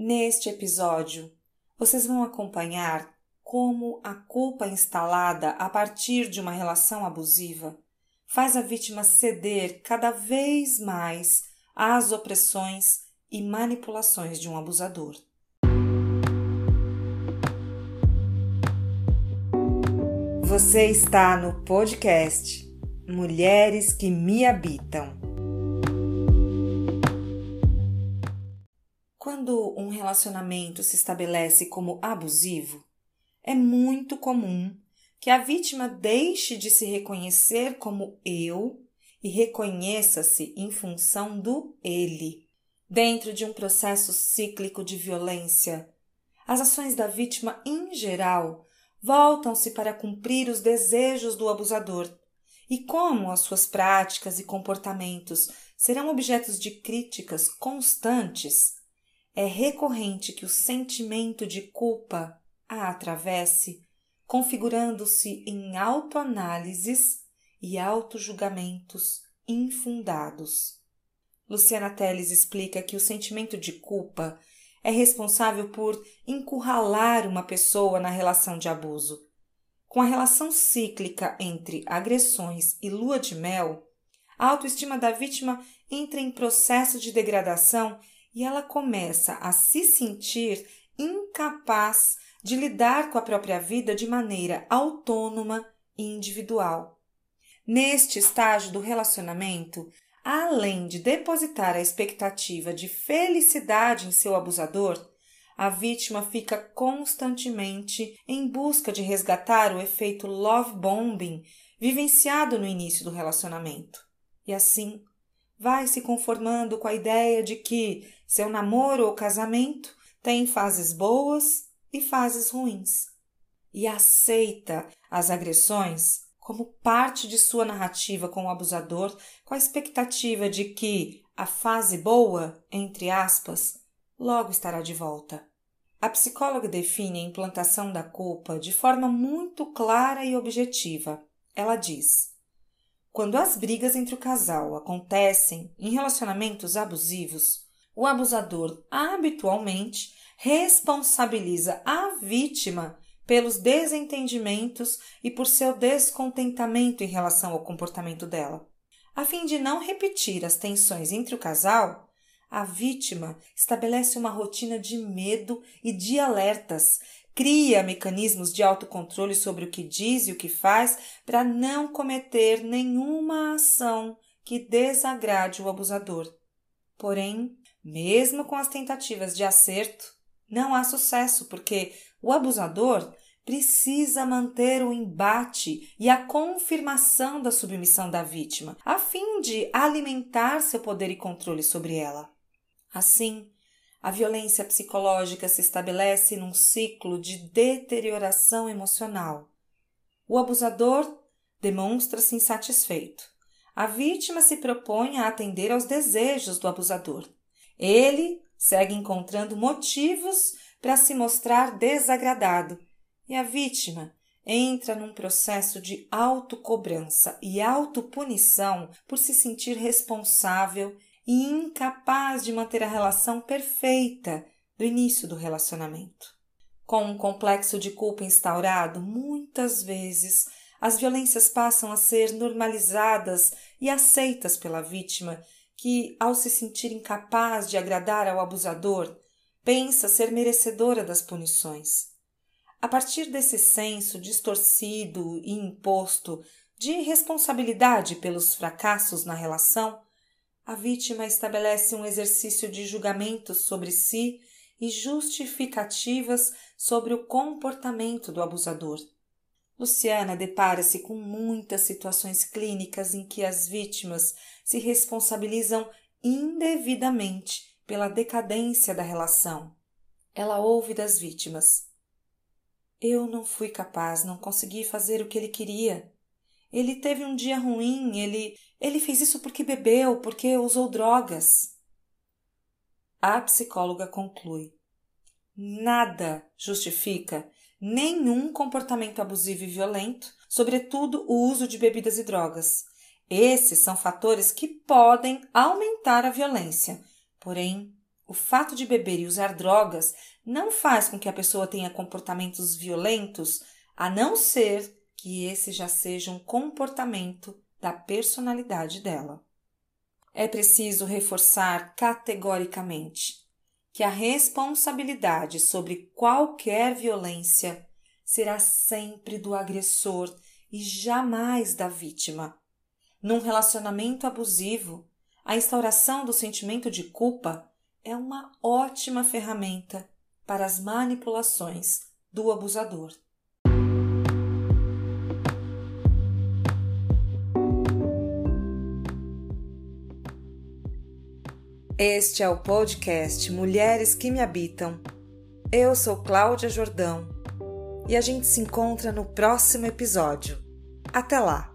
Neste episódio, vocês vão acompanhar como a culpa instalada a partir de uma relação abusiva faz a vítima ceder cada vez mais às opressões e manipulações de um abusador. Você está no podcast Mulheres que Me Habitam. Quando um relacionamento se estabelece como abusivo, é muito comum que a vítima deixe de se reconhecer como eu e reconheça-se em função do ele. Dentro de um processo cíclico de violência, as ações da vítima, em geral, voltam-se para cumprir os desejos do abusador. E como as suas práticas e comportamentos serão objetos de críticas constantes, é recorrente que o sentimento de culpa a atravesse, configurando-se em autoanálises e autojulgamentos infundados. Luciana Teles explica que o sentimento de culpa é responsável por encurralar uma pessoa na relação de abuso. Com a relação cíclica entre agressões e lua de mel, a autoestima da vítima entra em processo de degradação e ela começa a se sentir incapaz de lidar com a própria vida de maneira autônoma e individual. Neste estágio do relacionamento, além de depositar a expectativa de felicidade em seu abusador, a vítima fica constantemente em busca de resgatar o efeito love bombing vivenciado no início do relacionamento. E assim, vai se conformando com a ideia de que seu namoro ou casamento tem fases boas e fases ruins. E aceita as agressões como parte de sua narrativa com o abusador, com a expectativa de que a fase boa, entre aspas, logo estará de volta. A psicóloga define a implantação da culpa de forma muito clara e objetiva. Ela diz: quando as brigas entre o casal acontecem em relacionamentos abusivos, o abusador habitualmente responsabiliza a vítima pelos desentendimentos e por seu descontentamento em relação ao comportamento dela. A fim de não repetir as tensões entre o casal, a vítima estabelece uma rotina de medo e de alertas, cria mecanismos de autocontrole sobre o que diz e o que faz para não cometer nenhuma ação que desagrade o abusador. Porém, mesmo com as tentativas de acerto, não há sucesso, porque o abusador precisa manter o embate e a confirmação da submissão da vítima, a fim de alimentar seu poder e controle sobre ela. Assim, a violência psicológica se estabelece num ciclo de deterioração emocional. O abusador demonstra-se insatisfeito. A vítima se propõe a atender aos desejos do abusador. Ele segue encontrando motivos para se mostrar desagradado e a vítima entra num processo de autocobrança e autopunição por se sentir responsável e incapaz de manter a relação perfeita do início do relacionamento. Com um complexo de culpa instaurado, muitas vezes as violências passam a ser normalizadas e aceitas pela vítima, que, ao se sentir incapaz de agradar ao abusador, pensa ser merecedora das punições. A partir desse senso distorcido e imposto de responsabilidade pelos fracassos na relação, a vítima estabelece um exercício de julgamento sobre si e justificativas sobre o comportamento do abusador. Luciana depara-se com muitas situações clínicas em que as vítimas se responsabilizam indevidamente pela decadência da relação. Ela ouve das vítimas: eu não fui capaz, não consegui fazer o que ele queria. Ele teve um dia ruim, ele fez isso porque bebeu, porque usou drogas. A psicóloga conclui: nada justifica nenhum comportamento abusivo e violento, sobretudo o uso de bebidas e drogas. Esses são fatores que podem aumentar a violência, porém O fato de beber e usar drogas não faz com que a pessoa tenha comportamentos violentos, a não ser que esse já seja um comportamento da personalidade dela. É preciso reforçar categoricamente que a responsabilidade sobre qualquer violência será sempre do agressor e jamais da vítima. Num relacionamento abusivo, a instauração do sentimento de culpa é uma ótima ferramenta para as manipulações do abusador. Este é o podcast Mulheres que Me Habitam. Eu sou Cláudia Jordão e a gente se encontra no próximo episódio. Até lá!